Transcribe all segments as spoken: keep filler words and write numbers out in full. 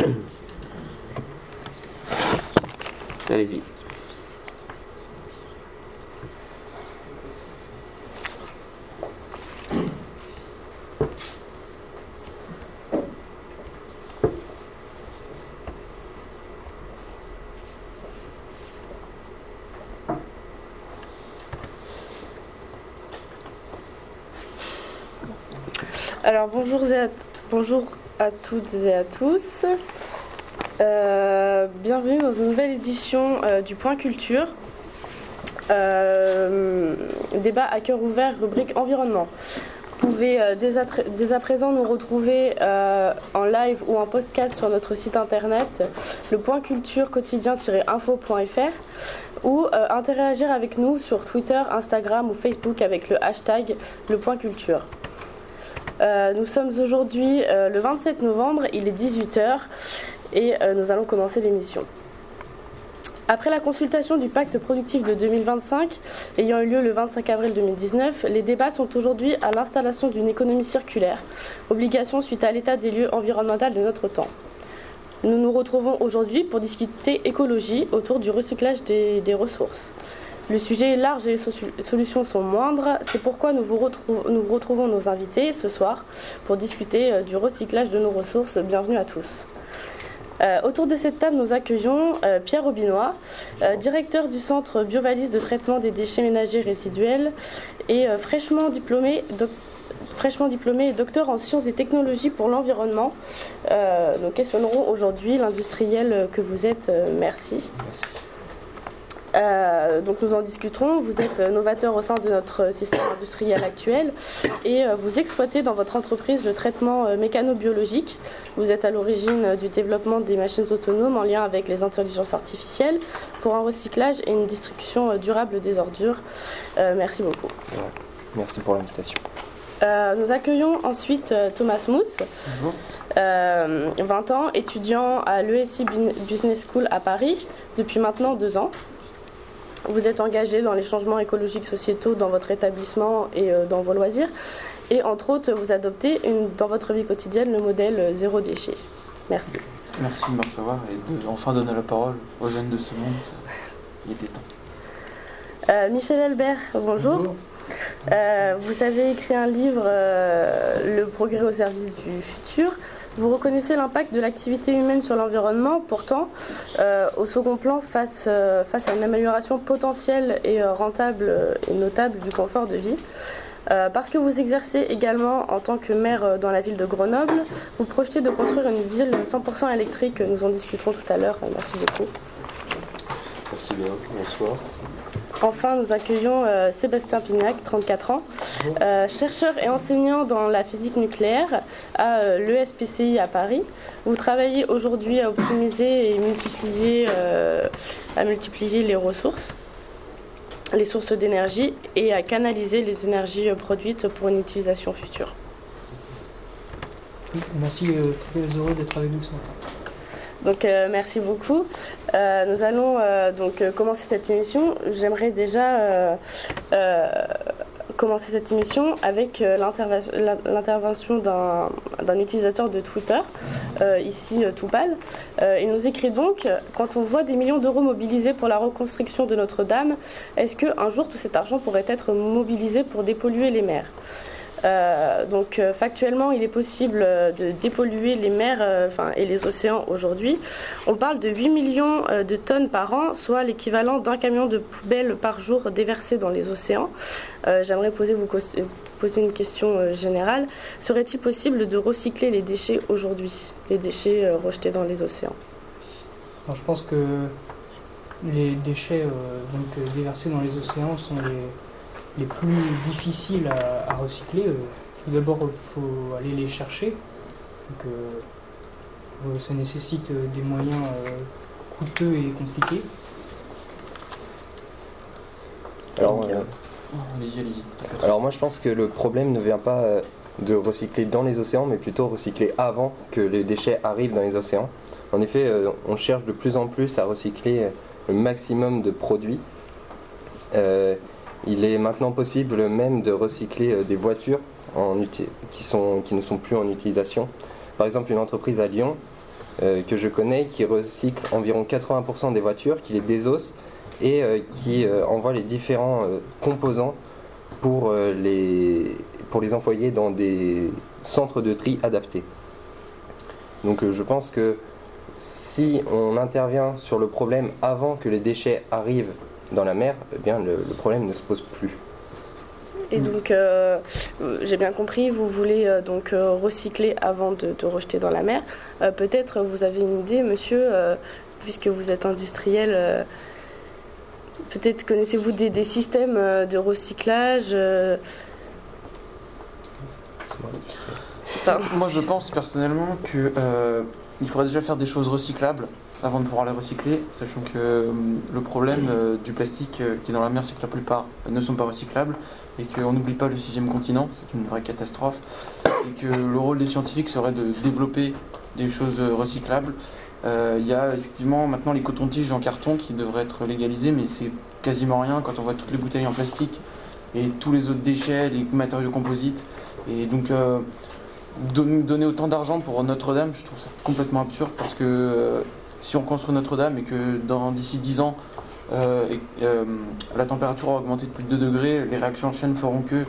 Allez-y. Alors bonjour, et à, bonjour à toutes et à tous. Euh, bienvenue dans une nouvelle édition euh, du Point Culture. Euh, débat à cœur ouvert, rubrique environnement. Vous pouvez euh, dès, à, dès à présent nous retrouver euh, en live ou en podcast sur notre site internet le point culture quotidien tiret info point f r ou euh, interagir avec nous sur Twitter, Instagram ou Facebook avec le hashtag le point culture. Euh, nous sommes aujourd'hui euh, le vingt-sept novembre, il est dix-huit heures et euh, nous allons commencer l'émission. Après la consultation du pacte productif de deux mille vingt-cinq, ayant eu lieu le vingt-cinq avril deux mille dix-neuf, les débats sont aujourd'hui à l'installation d'une économie circulaire, obligation suite à l'état des lieux environnemental de notre temps. Nous nous retrouvons aujourd'hui pour discuter écologie autour du recyclage des, des ressources. Le sujet est large et les solutions sont moindres, c'est pourquoi nous vous, retrou- nous retrouvons nos invités ce soir pour discuter euh, du recyclage de nos ressources. Bienvenue à tous. Euh, autour de cette table, nous accueillons euh, Pierre Aubinois, euh, directeur du centre Biovalise de traitement des déchets ménagers résiduels et euh, fraîchement diplômé, doc- fraîchement diplômé et docteur en sciences et technologies pour l'environnement. Euh, nous questionnerons aujourd'hui l'industriel que vous êtes. Euh, merci. Merci. Euh, donc nous en discuterons. Vous êtes novateur au sein de notre système industriel actuel et euh, vous exploitez dans votre entreprise le traitement euh, mécano-biologique. Vous êtes à l'origine euh, du développement des machines autonomes en lien avec les intelligences artificielles pour un recyclage et une destruction euh, durable des ordures. Euh, merci beaucoup. Ouais. Merci pour l'invitation. Euh, nous accueillons ensuite euh, Thomas Mousse. Bonjour. Euh, vingt ans, étudiant à l'E S I Business School à Paris depuis maintenant deux ans. Vous êtes engagé dans les changements écologiques sociétaux dans votre établissement et euh, dans vos loisirs. Et entre autres, vous adoptez une, dans votre vie quotidienne le modèle euh, zéro déchet. Merci. Merci de me recevoir et de enfin donner la parole aux jeunes de ce monde. Il était temps. Euh, Michel Albert, bonjour. Bonjour. Euh, vous avez écrit un livre, euh, Le progrès au service du futur. Vous reconnaissez l'impact de l'activité humaine sur l'environnement, pourtant, euh, au second plan, face, euh, face à une amélioration potentielle et euh, rentable euh, et notable du confort de vie. Euh, parce que vous exercez également en tant que maire euh, dans la ville de Grenoble, vous projetez de construire une ville cent pour cent électrique. Nous en discuterons tout à l'heure. Merci beaucoup. Merci bien. Bonsoir. Enfin, nous accueillons euh, Sébastien Pignac, trente-quatre ans, euh, chercheur et enseignant dans la physique nucléaire à euh, l'E S P C I à Paris. Vous travaillez aujourd'hui à optimiser et multiplier, euh, à multiplier les ressources, les sources d'énergie et à canaliser les énergies euh, produites pour une utilisation future. Oui, merci, euh, très heureux d'être avec vous ce matin. Donc euh, merci beaucoup. Euh, nous allons euh, donc euh, commencer cette émission. J'aimerais déjà euh, euh, commencer cette émission avec euh, l'intervention, l'intervention d'un, d'un utilisateur de Twitter, euh, ici euh, Toupal. Euh, il nous écrit donc: quand on voit des millions d'euros mobilisés pour la reconstruction de Notre-Dame, est-ce qu'un jour tout cet argent pourrait être mobilisé pour dépolluer les mers ? Euh, donc euh, factuellement il est possible euh, de dépolluer les mers euh, enfin, et les océans aujourd'hui. On parle de huit millions euh, de tonnes par an, soit l'équivalent d'un camion de poubelle par jour déversé dans les océans. Euh, j'aimerais poser, vous poser une question euh, générale. Serait-il possible de recycler les déchets aujourd'hui, les déchets euh, rejetés dans les océans ? Alors, je pense que les déchets euh, donc, euh, déversés dans les océans sont les les plus difficiles à, à recycler. Euh, tout d'abord, il faut aller les chercher. Donc, euh, ça nécessite des moyens euh, coûteux et compliqués. Alors, euh, Oh, allez-y, allez-y. alors moi je pense que le problème ne vient pas euh, de recycler dans les océans, mais plutôt recycler avant que les déchets arrivent dans les océans. En effet, euh, on cherche de plus en plus à recycler le maximum de produits. Euh, Il est maintenant possible même de recycler des voitures en uti- qui, sont, qui ne sont plus en utilisation. Par exemple, une entreprise à Lyon euh, que je connais qui recycle environ quatre-vingts pour cent des voitures, qui les désosse et euh, qui euh, envoie les différents euh, composants pour, euh, les, pour les envoyer dans des centres de tri adaptés. Donc euh, je pense que si on intervient sur le problème avant que les déchets arrivent dans la mer, eh bien le, le problème ne se pose plus. Et donc, euh, j'ai bien compris, vous voulez euh, donc euh, recycler avant de, de rejeter dans la mer. Euh, peut-être vous avez une idée, monsieur, euh, puisque vous êtes industriel, euh, peut-être connaissez-vous des, des systèmes euh, de recyclage euh... enfin. Moi, je pense personnellement que euh, il faudrait déjà faire des choses recyclables avant de pouvoir les recycler, sachant que euh, le problème euh, du plastique euh, qui est dans la mer, c'est que la plupart euh, ne sont pas recyclables et qu'on n'oublie pas le sixième continent, c'est une vraie catastrophe, et que le rôle des scientifiques serait de développer des choses euh, recyclables. Il euh, y a effectivement maintenant les cotons-tiges en carton qui devraient être légalisés, mais c'est quasiment rien quand on voit toutes les bouteilles en plastique et tous les autres déchets, les matériaux composites. Et donc euh, donner autant d'argent pour Notre-Dame, je trouve ça complètement absurde, parce que euh, si on construit Notre-Dame et que dans, d'ici dix ans, euh, et, euh, la température a augmenté de plus de deux degrés, les réactions en chaîne feront que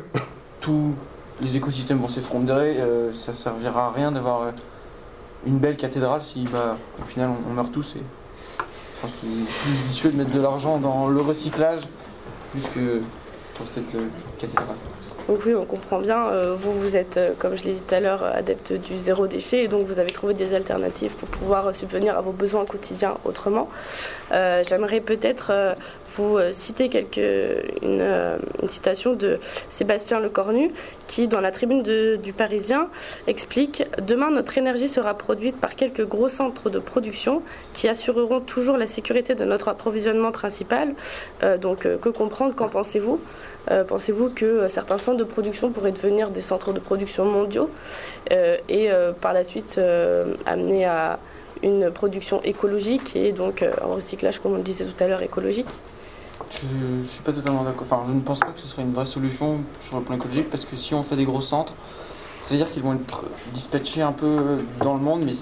tous les écosystèmes vont s'effondrer, euh, ça ne servira à rien d'avoir euh, une belle cathédrale si bah, au final on, on meurt tous. Et je pense qu'il est plus judicieux de mettre de l'argent dans le recyclage plus que pour cette euh, cathédrale. Donc oui, on comprend bien, euh, vous, vous êtes, euh, comme je l'ai dit tout à l'heure, adepte du zéro déchet, et donc vous avez trouvé des alternatives pour pouvoir euh, subvenir à vos besoins quotidiens autrement. Euh, j'aimerais peut-être euh, vous euh, citer quelque, une, euh, une citation de Sébastien Lecornu, qui, dans la tribune de, du Parisien, explique « Demain, notre énergie sera produite par quelques gros centres de production qui assureront toujours la sécurité de notre approvisionnement principal. Euh, » Donc, euh, que comprendre, qu'en pensez-vous ? Euh, pensez-vous que euh, certains centres de production pourraient devenir des centres de production mondiaux euh, et euh, par la suite euh, amener à une production écologique et donc euh, un recyclage, comme on le disait tout à l'heure, écologique ? Je ne suis pas totalement d'accord. Enfin, je ne pense pas que ce serait une vraie solution sur le plan écologique, parce que si on fait des gros centres, ça veut dire qu'ils vont être dispatchés un peu dans le monde, mais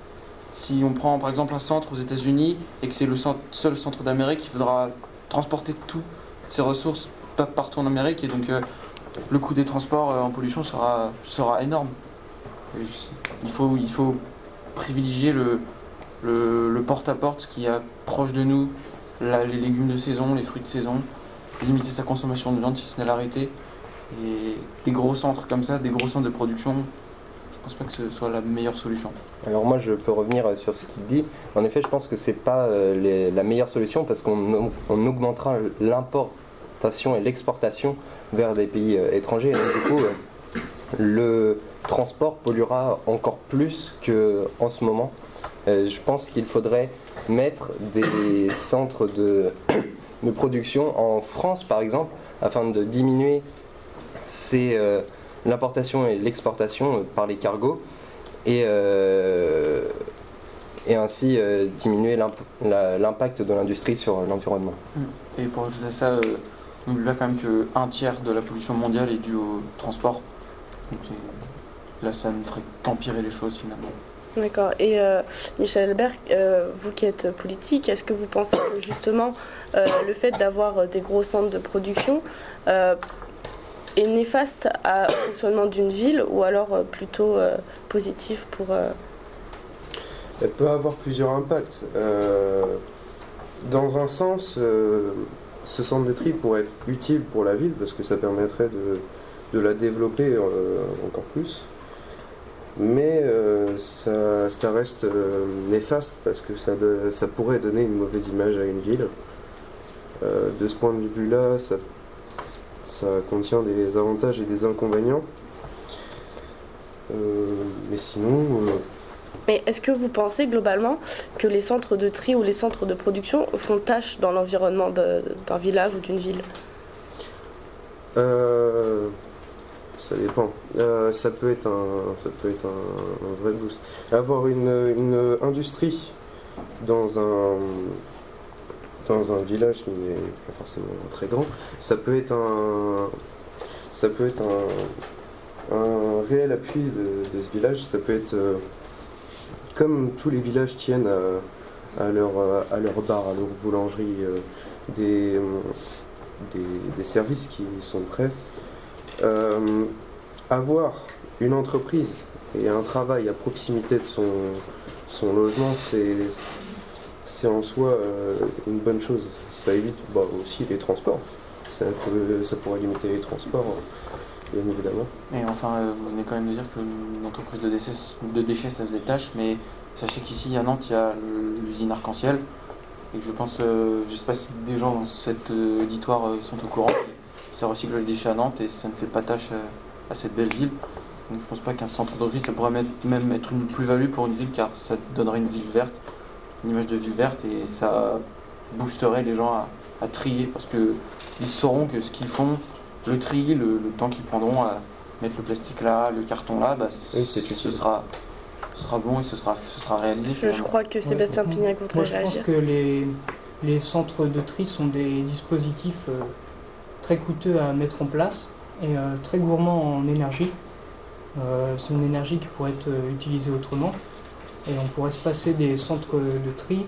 si on prend par exemple un centre aux États-Unis et que c'est le centre, seul centre d'Amérique, il faudra transporter toutes ces ressources partout en Amérique, et donc euh, le coût des transports euh, en pollution sera, sera énorme. Et il, faut, il faut privilégier le, le, le porte-à-porte qui est proche de nous, la, les légumes de saison, les fruits de saison, limiter sa consommation de viande si ce n'est l'arrêter. Et des gros centres comme ça, des gros centres de production, je pense pas que ce soit la meilleure solution. Alors moi je peux revenir sur ce qu'il dit. En effet, je pense que c'est pas euh, les, la meilleure solution, parce qu'on on augmentera l'import et l'exportation vers des pays euh, étrangers, et donc du coup euh, le transport polluera encore plus qu'en ce moment. Euh, je pense qu'il faudrait mettre des centres de, de production en France par exemple, afin de diminuer ces, euh, l'importation et l'exportation euh, par les cargos, et, euh, et ainsi euh, diminuer l'imp- la, l'impact de l'industrie sur l'environnement. Et pour ajouter à ça, euh, n'oublie pas quand même qu'un tiers de la pollution mondiale est due au transport. Donc là, ça ne ferait qu'empirer les choses finalement. D'accord. Et euh, Michel Albert, euh, vous qui êtes politique, est-ce que vous pensez que justement euh, le fait d'avoir des gros centres de production euh, est néfaste à, au fonctionnement d'une ville, ou alors euh, plutôt euh, positif pour... Euh... Elle peut avoir plusieurs impacts. Euh, dans un sens... Euh, ce centre de tri pourrait être utile pour la ville, parce que ça permettrait de, de la développer euh, encore plus. Mais euh, ça, ça reste euh, néfaste, parce que ça, de, ça pourrait donner une mauvaise image à une ville. Euh, de ce point de vue-là, ça, ça contient des avantages et des inconvénients. Euh, mais sinon... Euh, Mais est-ce que vous pensez globalement que les centres de tri ou les centres de production font tâche dans l'environnement de, d'un village ou d'une ville ? euh, Ça dépend. Euh, ça peut être un, ça peut être un, un vrai boost. Avoir une, une industrie dans un, dans un village qui n'est pas forcément très grand, ça peut être un, ça peut être un, un réel appui de, de ce village. Ça peut être euh, comme tous les villages tiennent à, à, leur, à leur bar, à leur boulangerie, euh, des, des, des services qui sont prêts, euh, avoir une entreprise et un travail à proximité de son, son logement, c'est, c'est en soi euh, une bonne chose. Ça évite bah, aussi les transports. Ça, peut, ça pourrait limiter les transports, bien évidemment. Et enfin, euh, vous venez quand même de dire qu'une entreprise de déchets, de déchets ça faisait tâche, mais sachez qu'ici à Nantes, il y a l'usine Arc-en-Ciel. Et que je pense, euh, je ne sais pas si des gens dans cet euh, auditoire euh, sont au courant, ça recycle les déchets à Nantes et ça ne fait pas tâche euh, à cette belle ville. Donc je pense pas qu'un centre de tri, ça pourrait mettre, même être une plus-value pour une ville, car ça donnerait une ville verte, une image de ville verte, et ça boosterait les gens à, à trier, parce qu'ils sauront que ce qu'ils font, le tri, le, le temps qu'ils prendront à mettre le plastique là, le carton là, bah, oui, c'est ce, sera, ce sera bon et ce sera, ce sera réalisé. Je, je crois que Sébastien ouais, Pignac voudrait moi, je réagir. pense que les, les centres de tri sont des dispositifs euh, très coûteux à mettre en place et euh, très gourmands en énergie. Euh, c'est une énergie qui pourrait être euh, utilisée autrement et on pourrait se passer des centres de tri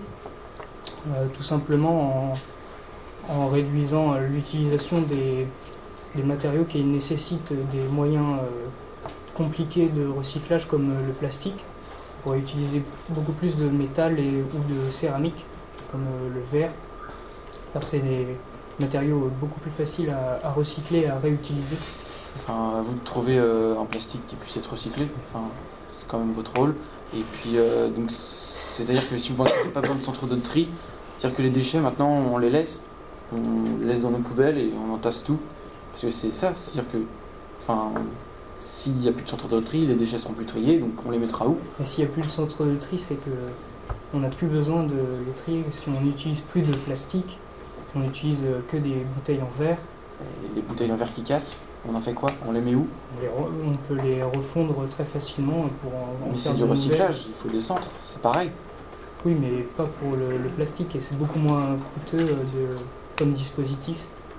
euh, tout simplement en, en réduisant euh, l'utilisation des, des matériaux qui nécessitent des moyens euh, compliqués de recyclage comme euh, le plastique. On pourrait utiliser beaucoup plus de métal et, ou de céramique comme euh, le verre, car c'est des matériaux beaucoup plus faciles à, à recycler et à réutiliser. Enfin, à vous de trouver euh, un plastique qui puisse être recyclé, enfin, c'est quand même votre rôle. Et puis, euh, donc, c'est-à-dire que si vous n'avez pas besoin de centre de tri, c'est-à-dire que les déchets, maintenant, on les laisse, on les laisse dans nos poubelles et on entasse tout. Parce que c'est ça, c'est-à-dire que, enfin, s'il n'y a plus de centre de tri, les déchets seront plus triés, donc on les mettra où? Et s'il n'y a plus de centre de tri, c'est que on n'a plus besoin de les trier. Si on n'utilise plus de plastique, on n'utilise que des bouteilles en verre. Et les bouteilles en verre qui cassent, on en fait quoi? On les met où? On, les re- on peut les refondre très facilement pour en, en Mais faire c'est du de recyclage, nouvelles. il faut des centres, c'est pareil. Oui, mais pas pour le, le plastique et c'est beaucoup moins coûteux de, comme dispositif.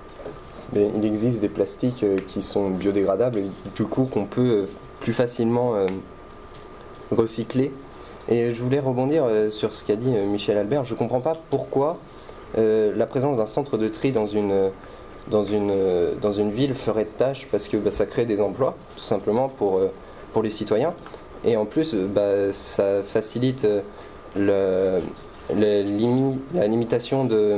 Mais il existe des plastiques euh, qui sont biodégradables et du coup qu'on peut euh, plus facilement euh, recycler. Et je voulais rebondir euh, sur ce qu'a dit euh, Michel Albert. Je ne comprends pas pourquoi euh, la présence d'un centre de tri dans une, euh, dans une, euh, dans une ville ferait tâche, parce que bah, ça crée des emplois, tout simplement, pour, euh, pour les citoyens. Et en plus, euh, bah, ça facilite euh, le, le limi- la limitation de,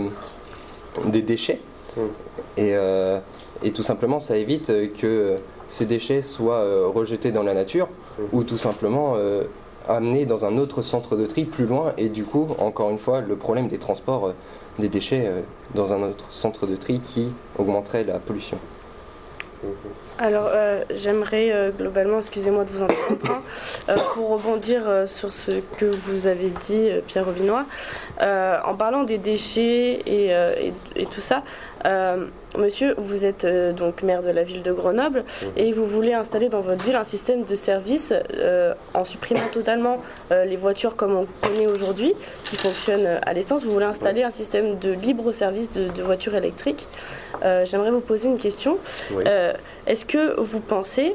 des déchets. Mmh. Et, euh, et tout simplement, ça évite que ces déchets soient euh, rejetés dans la nature Mmh. ou tout simplement euh, amenés dans un autre centre de tri plus loin. Et du coup, encore une fois, le problème des transports euh, des déchets euh, dans un autre centre de tri qui augmenterait la pollution. Mmh. Alors, euh, j'aimerais euh, globalement, excusez-moi de vous interrompre, hein, euh, pour rebondir euh, sur ce que vous avez dit, euh, Pierre Rovinois, euh, en parlant des déchets et, euh, et, et tout ça. Euh, monsieur, vous êtes euh, donc maire de la ville de Grenoble et vous voulez installer dans votre ville un système de service euh, en supprimant totalement euh, les voitures comme on connaît aujourd'hui, qui fonctionnent à l'essence. Vous voulez installer un système de libre service de, de voitures électriques. Euh, j'aimerais vous poser une question. Oui. Euh, est-ce que vous pensez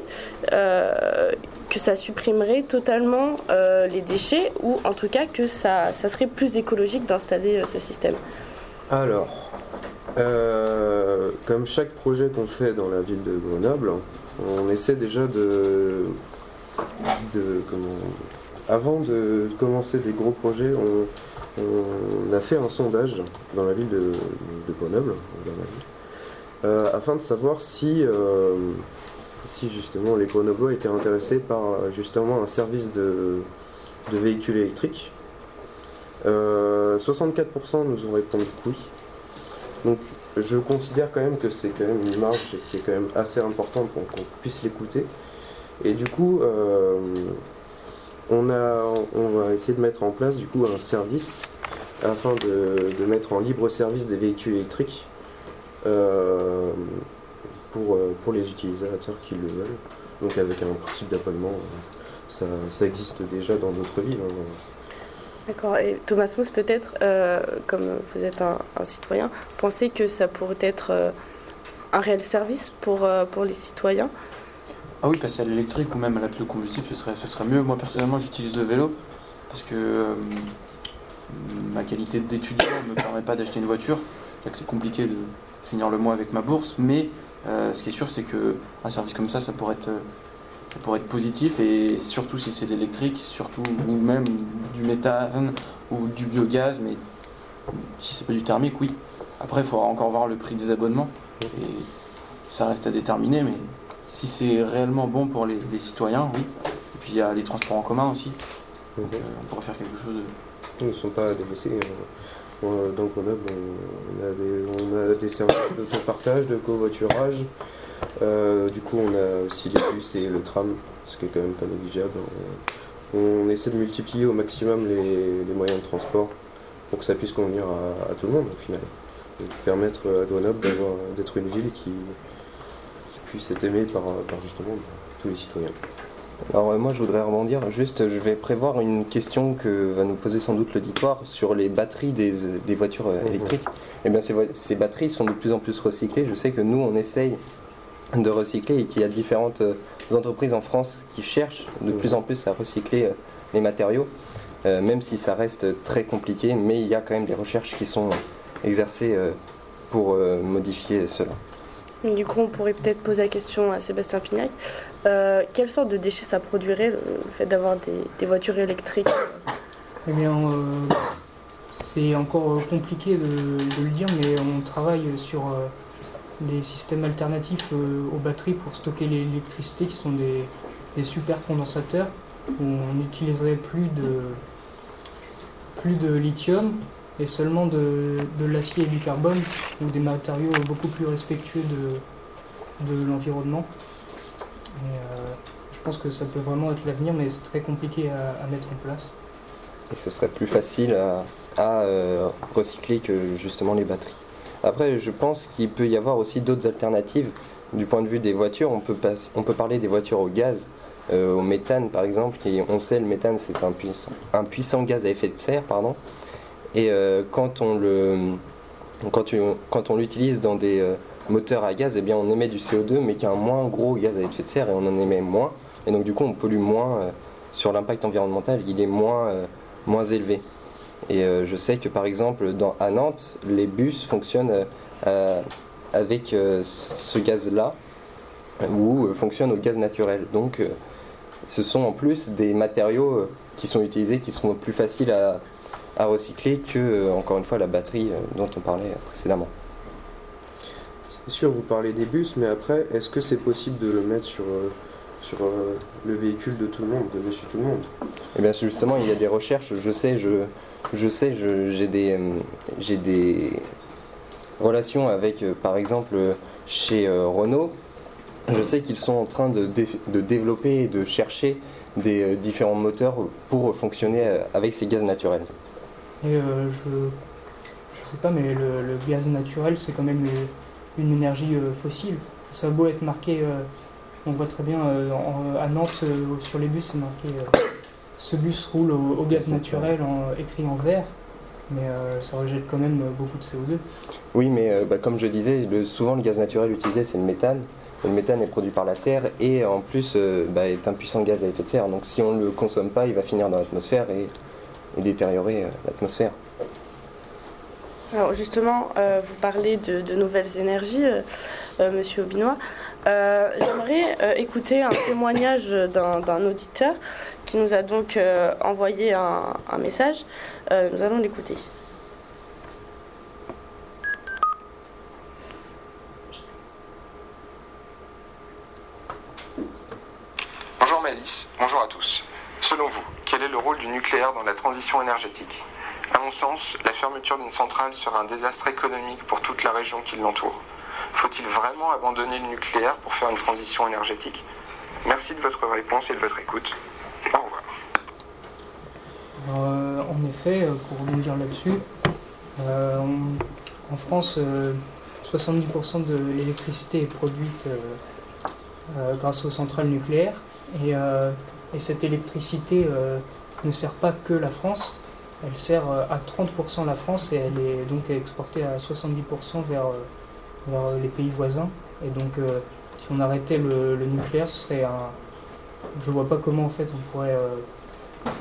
euh, que ça supprimerait totalement euh, les déchets, ou en tout cas que ça, ça serait plus écologique d'installer euh, ce système? Alors, euh, comme chaque projet qu'on fait dans la ville de Grenoble, on essaie déjà de, de comment, avant de commencer des gros projets, on, on a fait un sondage dans la ville de, de Grenoble, dans la ville, euh, afin de savoir si, euh, si justement les Grenoblois étaient intéressés par justement un service de, de véhicules électriques. Euh, soixante-quatre pour cent nous ont répondu que oui. Donc je considère quand même que c'est quand même une marge qui est quand même assez importante pour qu'on puisse l'écouter. Et du coup, euh, on, a, on va essayer de mettre en place du coup un service afin de, de mettre en libre service des véhicules électriques euh, pour, pour les utilisateurs qui le veulent. Donc avec un principe d'abonnement, ça, ça existe déjà dans d'autres villes. Hein. D'accord. Et Thomas Mousse, peut-être, euh, comme vous êtes un, un citoyen, pensez que ça pourrait être euh, un réel service pour, euh, pour les citoyens? Ah oui, passer à l'électrique ou même à la pile combustible, ce serait, ce serait mieux. Moi, personnellement, j'utilise le vélo. parce que euh, ma qualité d'étudiant ne me permet pas d'acheter une voiture, c'est-à-dire que c'est compliqué de finir le mois avec ma bourse, mais euh, ce qui est sûr, c'est qu'un service comme ça, ça pourrait être, ça pourrait être positif, et surtout si c'est de l'électrique, surtout, ou même du méthane ou du biogaz, mais si c'est pas du thermique, oui. Après, il faudra encore voir le prix des abonnements, et ça reste à déterminer, mais si c'est réellement bon pour les, les citoyens, oui. Et puis il y a les transports en commun aussi, donc euh, on pourrait faire quelque chose de... Ils ne sont pas à délaisser. Euh, dans Grenoble, on a des, on a des services d'autopartage, de covoiturage. Euh, du coup, on a aussi les bus et le tram, ce qui est quand même pas négligeable. On, on essaie de multiplier au maximum les, les moyens de transport pour que ça puisse convenir à, à tout le monde au final. Et permettre à Grenoble d'avoir, d'être une ville qui, qui puisse être aimée par, par justement tous les citoyens. Alors euh, moi je voudrais rebondir, juste je vais prévoir une question que va nous poser sans doute l'auditoire sur les batteries des, des voitures euh, électriques. Eh bien ces, ces batteries sont de plus en plus recyclées, je sais que nous on essaye de recycler et qu'il y a différentes euh, entreprises en France qui cherchent de plus en plus à recycler euh, les matériaux, euh, même si ça reste très compliqué, mais il y a quand même des recherches qui sont exercées euh, pour euh, modifier cela. Du coup, on pourrait peut-être poser la question à Sébastien Pignac. Euh, quelle sorte de déchets ça produirait, le, le fait d'avoir des, des voitures électriques? Eh bien, euh, c'est encore compliqué de, de le dire, mais on travaille sur euh, des systèmes alternatifs euh, aux batteries pour stocker l'électricité, qui sont des, des supercondensateurs, où on n'utiliserait plus de, plus de lithium, et seulement de, de l'acier et du carbone, ou des matériaux beaucoup plus respectueux de, de l'environnement. Et, euh, je pense que ça peut vraiment être l'avenir, mais c'est très compliqué à, à mettre en place. Et ce serait plus facile à, à euh, recycler que justement les batteries. Après, je pense qu'il peut y avoir aussi d'autres alternatives. Du point de vue des voitures, on peut, pas, on peut parler des voitures au gaz, euh, au méthane par exemple. Et on sait, le méthane c'est un puissant, un puissant gaz à effet de serre, pardon. Et euh, quand on le, quand, tu, quand on l'utilise dans des euh, moteurs à gaz, eh bien on émet du C O deux, mais qui a un moins gros gaz à effet de serre, et on en émet moins. Et donc du coup on pollue moins euh, sur l'impact environnemental, il est moins, euh, moins élevé. Et euh, je sais que par exemple dans, à Nantes, les bus fonctionnent euh, avec euh, ce gaz-là, ou euh, fonctionnent au gaz naturel. Donc euh, ce sont en plus des matériaux euh, qui sont utilisés, qui sont plus faciles à à recycler que, euh, encore une fois, la batterie euh, dont on parlait précédemment. C'est sûr, vous parlez des bus, mais après, est-ce que c'est possible de le mettre sur, euh, sur euh, le véhicule de tout le monde, de monsieur tout le monde? Eh bien, justement, il y a des recherches, je sais, je, je sais, je, j'ai des, euh, j'ai des relations avec, euh, par exemple, chez euh, Renault, je sais qu'ils sont en train de, dé- de développer et de chercher des euh, différents moteurs pour fonctionner euh, avec ces gaz naturels. Et euh, je je sais pas, mais le, le gaz naturel, c'est quand même une, une énergie euh, fossile. Ça a beau être marqué, euh, on voit très bien euh, en, à Nantes, euh, sur les bus, c'est marqué euh, ce bus roule au, au gaz naturel, en, écrit en vert, mais euh, ça rejette quand même beaucoup de C O deux. Oui, mais euh, bah, comme je disais, le, souvent le gaz naturel utilisé, c'est le méthane. Le méthane est produit par la Terre et en plus euh, bah, est un puissant gaz à effet de serre. Donc si on ne le consomme pas, il va finir dans l'atmosphère et, et détériorer euh, l'atmosphère. Alors justement, euh, vous parlez de, de nouvelles énergies, euh, euh, Monsieur Aubinois. Euh, J'aimerais euh, écouter un témoignage d'un, d'un auditeur qui nous a donc euh, envoyé un, un message. Euh, nous allons l'écouter. Bonjour Malice, bonjour à tous. Selon vous, quel est le rôle du nucléaire dans la transition énergétique? À mon sens, la fermeture d'une centrale sera un désastre économique pour toute la région qui l'entoure. Faut-il vraiment abandonner le nucléaire pour faire une transition énergétique? Merci de votre réponse et de votre écoute. Au revoir. Alors, euh, en effet, pour rebondir là-dessus, euh, on, en France, euh, soixante-dix pour cent de l'électricité est produite euh, euh, grâce aux centrales nucléaires. Et, euh, et cette électricité euh, ne sert pas que la France, elle sert à trente pour cent la France et elle est donc exportée à soixante-dix pour cent vers, vers les pays voisins. Et donc euh, si on arrêtait le, le nucléaire, ce serait un... Je vois pas comment en fait on pourrait... Euh,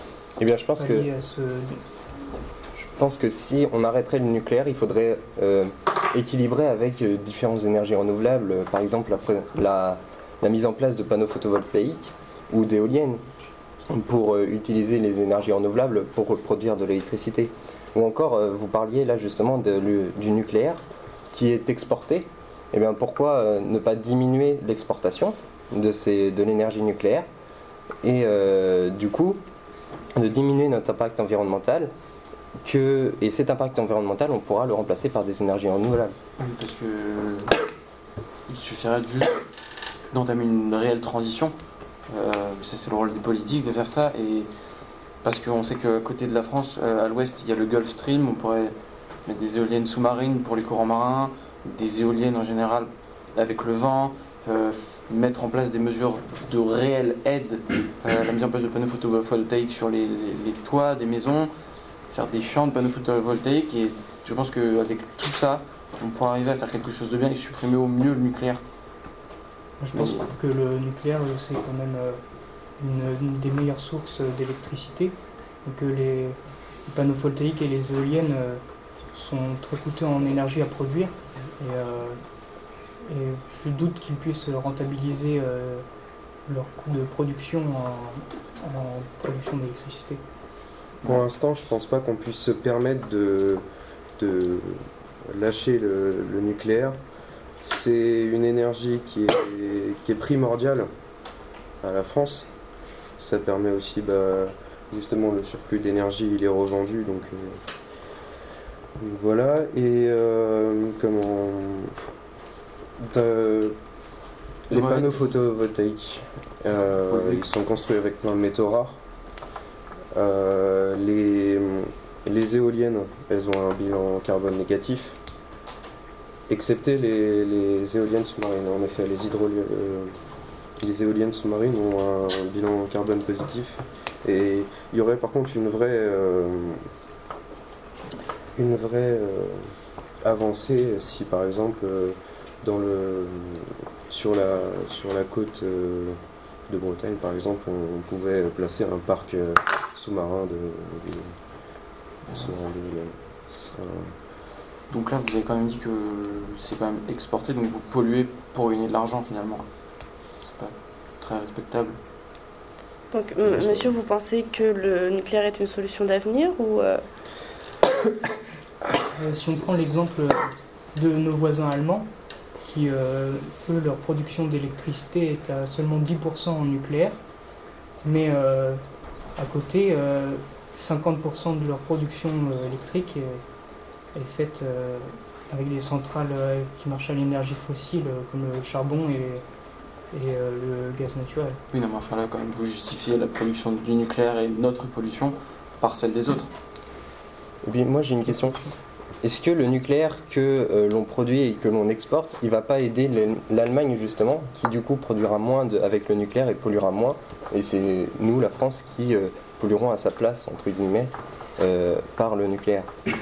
Eh bien, je pense que, pallier à ce... je pense que si on arrêterait le nucléaire, il faudrait euh, équilibrer avec euh, différentes énergies renouvelables, euh, par exemple la, la, la mise en place de panneaux photovoltaïques ou d'éoliennes pour euh, utiliser les énergies renouvelables pour produire de l'électricité. Ou encore, euh, vous parliez là justement de, le, du nucléaire qui est exporté. Eh bien, pourquoi euh, ne pas diminuer l'exportation de, ces, de l'énergie nucléaire et euh, du coup de diminuer notre impact environnemental que, et cet impact environnemental, on pourra le remplacer par des énergies renouvelables. Oui, parce que il suffirait juste d'entamer une réelle transition. Euh, ça, c'est le rôle des politiques de faire ça. Et parce qu'on sait qu'à côté de la France, euh, à l'ouest, il y a le Gulf Stream. On pourrait mettre des éoliennes sous-marines pour les courants marins, des éoliennes en général avec le vent, euh, mettre en place des mesures de réelle aide, euh, la mise en place de panneaux photovoltaïques sur les, les, les toits des maisons, faire des champs de panneaux photovoltaïques, et je pense qu'avec tout ça, on pourra arriver à faire quelque chose de bien et supprimer au mieux le nucléaire. Je pense que le nucléaire, c'est quand même une, une des meilleures sources d'électricité, et que les, les panneaux photovoltaïques et les éoliennes sont très coûteux en énergie à produire, et, euh, et je doute qu'ils puissent rentabiliser euh, leur coût de production en, en production d'électricité. Pour l'instant, je pense pas qu'on puisse se permettre de, de lâcher le, le nucléaire. C'est une énergie qui est, qui est primordiale à la France. Ça permet aussi, bah, justement, le surplus d'énergie, il est revendu, donc, euh, donc voilà. Et euh, comment de, les ouais. panneaux photovoltaïques, euh, oui. ils sont construits avec plein de métaux rares. Euh, les, les éoliennes, elles ont un bilan carbone négatif, excepté les, les éoliennes sous-marines. En effet, les, hydroli- euh, les éoliennes sous-marines ont un bilan carbone positif, et il y aurait par contre une vraie, euh, une vraie euh, avancée si par exemple euh, dans le, sur, la, sur la côte euh, de Bretagne par exemple, on pouvait placer un parc euh, sous-marin de, de, de, sous-marin d'éoliennes. Ça, Donc là, vous avez quand même dit que c'est quand même exporté, donc vous polluez pour gagner de l'argent finalement. C'est pas très respectable. Donc, m- monsieur, vous pensez que le nucléaire est une solution d'avenir ou euh... Euh, si on prend l'exemple de nos voisins allemands, qui, euh, eux, leur production d'électricité est à seulement dix pour cent en nucléaire, mais euh, à côté, euh, cinquante pour cent de leur production euh, électrique est, est faite euh, avec des centrales euh, qui marchent à l'énergie fossile, euh, comme le charbon et, et euh, le gaz naturel. Oui, non, mais enfin là, quand même, vous justifiez la production du nucléaire et notre pollution par celle des autres. Et puis moi j'ai une question. Est-ce que le nucléaire que euh, l'on produit et que l'on exporte, il ne va pas aider l'Allemagne justement, qui du coup produira moins de, avec le nucléaire et polluera moins, et c'est nous, la France, qui euh, polluerons à sa place, entre guillemets, euh, par le nucléaire? Moi,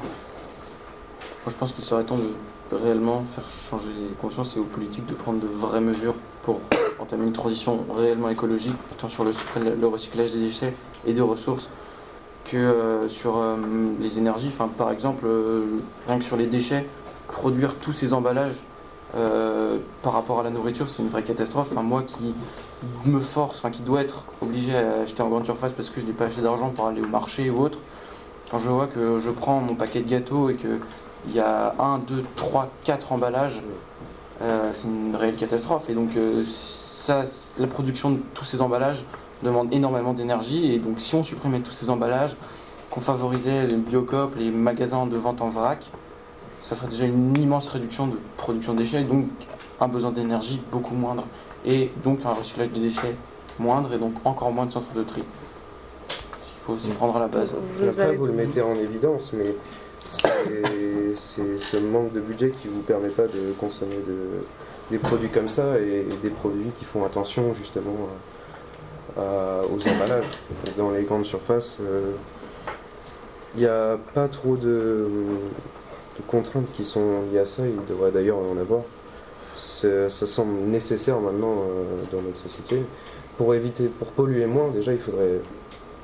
je pense qu'il serait temps de réellement faire changer les consciences et aux politiques de prendre de vraies mesures pour entamer une transition réellement écologique, tant sur le, le recyclage des déchets et des ressources, que euh, sur euh, les énergies. Enfin, par exemple, euh, rien que sur les déchets, produire tous ces emballages euh, par rapport à la nourriture, c'est une vraie catastrophe. Enfin, moi qui me force, enfin qui dois être obligé à acheter en grande surface parce que je n'ai pas assez d'argent pour aller au marché ou autre, quand je vois que je prends mon paquet de gâteaux et qu'il y a un, deux, trois, quatre emballages, euh, c'est une réelle catastrophe. Et donc euh, ça, la production de tous ces emballages demande énormément d'énergie, et donc si on supprimait tous ces emballages, qu'on favorisait les biocopes, les magasins de vente en vrac, ça ferait déjà une immense réduction de production de déchets, donc un besoin d'énergie beaucoup moindre, et donc un recyclage des déchets moindre, et donc encore moins de centres de tri. Il faut s'y prendre à la base. vous Après, avez... vous le mettez en évidence, mais c'est, c'est ce manque de budget qui vous permet pas de consommer de, des produits comme ça, et, et des produits qui font attention justement à, À, aux emballages. Dans les grandes surfaces, il euh, n'y a pas trop de, de contraintes qui sont liées à ça. Il devrait d'ailleurs en avoir. C'est, ça semble nécessaire maintenant euh, dans notre société. Pour éviter, pour polluer moins, déjà il faudrait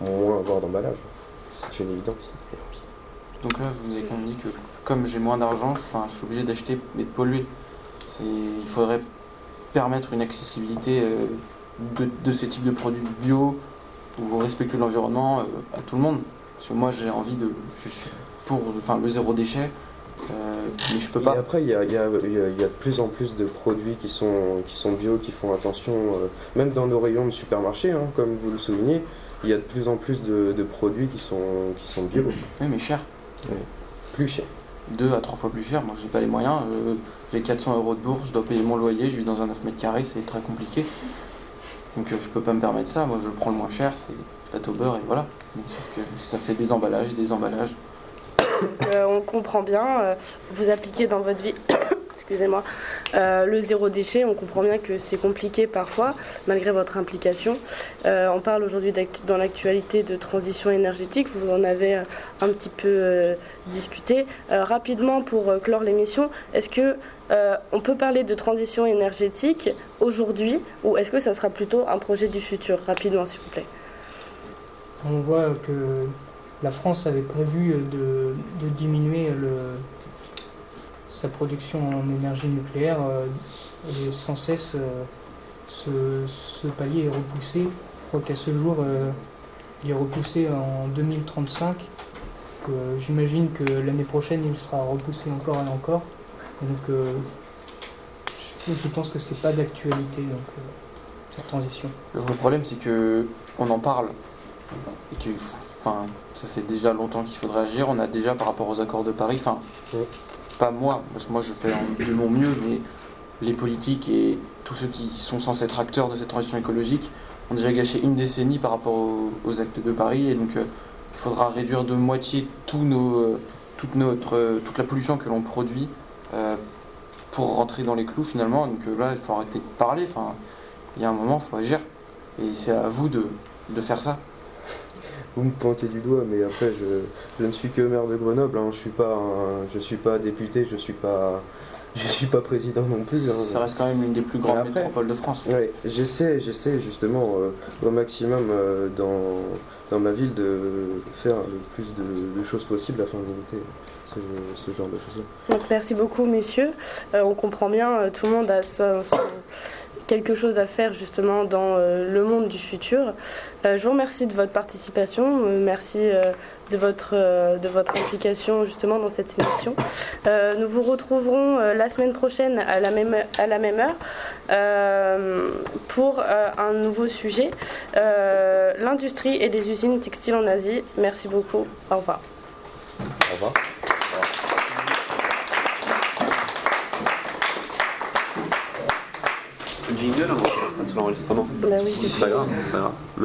moins avoir d'emballage. C'est une évidence. Donc là, vous avez compris que comme j'ai moins d'argent, enfin, je suis obligé d'acheter et de polluer. C'est, il faudrait permettre une accessibilité euh, de, de ce type de produits bio ou respectueux de l'environnement euh, à tout le monde. Parce que moi, j'ai envie de... Je suis pour enfin, le zéro déchet, euh, mais je peux pas. Et après, il y a, y, a, y a de plus en plus de produits qui sont, qui sont bio, qui font attention, euh, même dans nos rayons de supermarché, hein, comme vous le soulignez, il y a de plus en plus de, de produits qui sont, qui sont bio. Oui, mais cher. Oui. Plus cher. Deux à trois fois plus cher. Moi, j'ai pas les moyens. Euh, j'ai quatre cents euros de bourse, je dois payer mon loyer, je vis dans un neuf mètres carrés, c'est très compliqué. Donc, euh, je peux pas me permettre ça. Moi, je prends le moins cher, c'est pâte au beurre et voilà. Mais sauf que ça fait des emballages et des emballages. Euh, on comprend bien, euh, vous appliquez dans votre vie, excusez-moi, euh, le zéro déchet, on comprend bien que c'est compliqué parfois, malgré votre implication. Euh, on parle aujourd'hui dans l'actualité de transition énergétique, vous en avez euh, un petit peu euh, discuté. Euh, rapidement, pour euh, clore l'émission, est-ce que euh, on peut parler de transition énergétique aujourd'hui, ou est-ce que ça sera plutôt un projet du futur? Rapidement, s'il vous plaît. On voit que la France avait prévu de, de diminuer le, sa production en énergie nucléaire euh, et sans cesse euh, ce, ce palier est repoussé. Je crois qu'à ce jour, euh, il est repoussé en deux mille trente-cinq. Euh, j'imagine que l'année prochaine, il sera repoussé encore et encore. Donc euh, je, je pense que c'est pas d'actualité, donc, euh, cette transition. Le vrai problème, c'est que on en parle et que enfin, ça fait déjà longtemps qu'il faudrait agir. On a déjà par rapport aux accords de Paris, enfin, ouais. Pas moi, parce que moi je fais de mon mieux, mais les politiques et tous ceux qui sont censés être acteurs de cette transition écologique ont déjà gâché une décennie par rapport aux, aux actes de Paris, et donc euh, il faudra réduire de moitié tout nos, euh, toute, notre, euh, toute la pollution que l'on produit euh, pour rentrer dans les clous finalement. Donc euh, là, il faut arrêter de parler, enfin, il y a un moment, il faut agir, et c'est à vous de, de faire ça. Vous me pointez du doigt, mais après, je, je ne suis que maire de Grenoble. Hein. Je suis pas, un, je suis pas député, je suis pas, je suis pas président non plus. Hein. Ça reste quand même une des plus grandes après, métropoles de France. Oui, j'essaie, j'essaie justement euh, au maximum euh, dans, dans ma ville de faire le plus de, de choses possibles afin de limiter ce, ce genre de choses. Donc, merci beaucoup, messieurs. Euh, on comprend bien, euh, tout le monde a son, son quelque chose à faire justement dans euh, le monde du futur. Euh, je vous remercie de votre participation, euh, merci euh, de, votre, euh, de votre implication justement dans cette émission. Euh, nous vous retrouverons euh, la semaine prochaine à la même, à la même heure euh, pour euh, un nouveau sujet, euh, l'industrie et les usines textiles en Asie. Merci beaucoup, au revoir. Au revoir. Jingle, hein, sur l'enregistrement. Bah oui, c'est pas grave, c'est pas grave.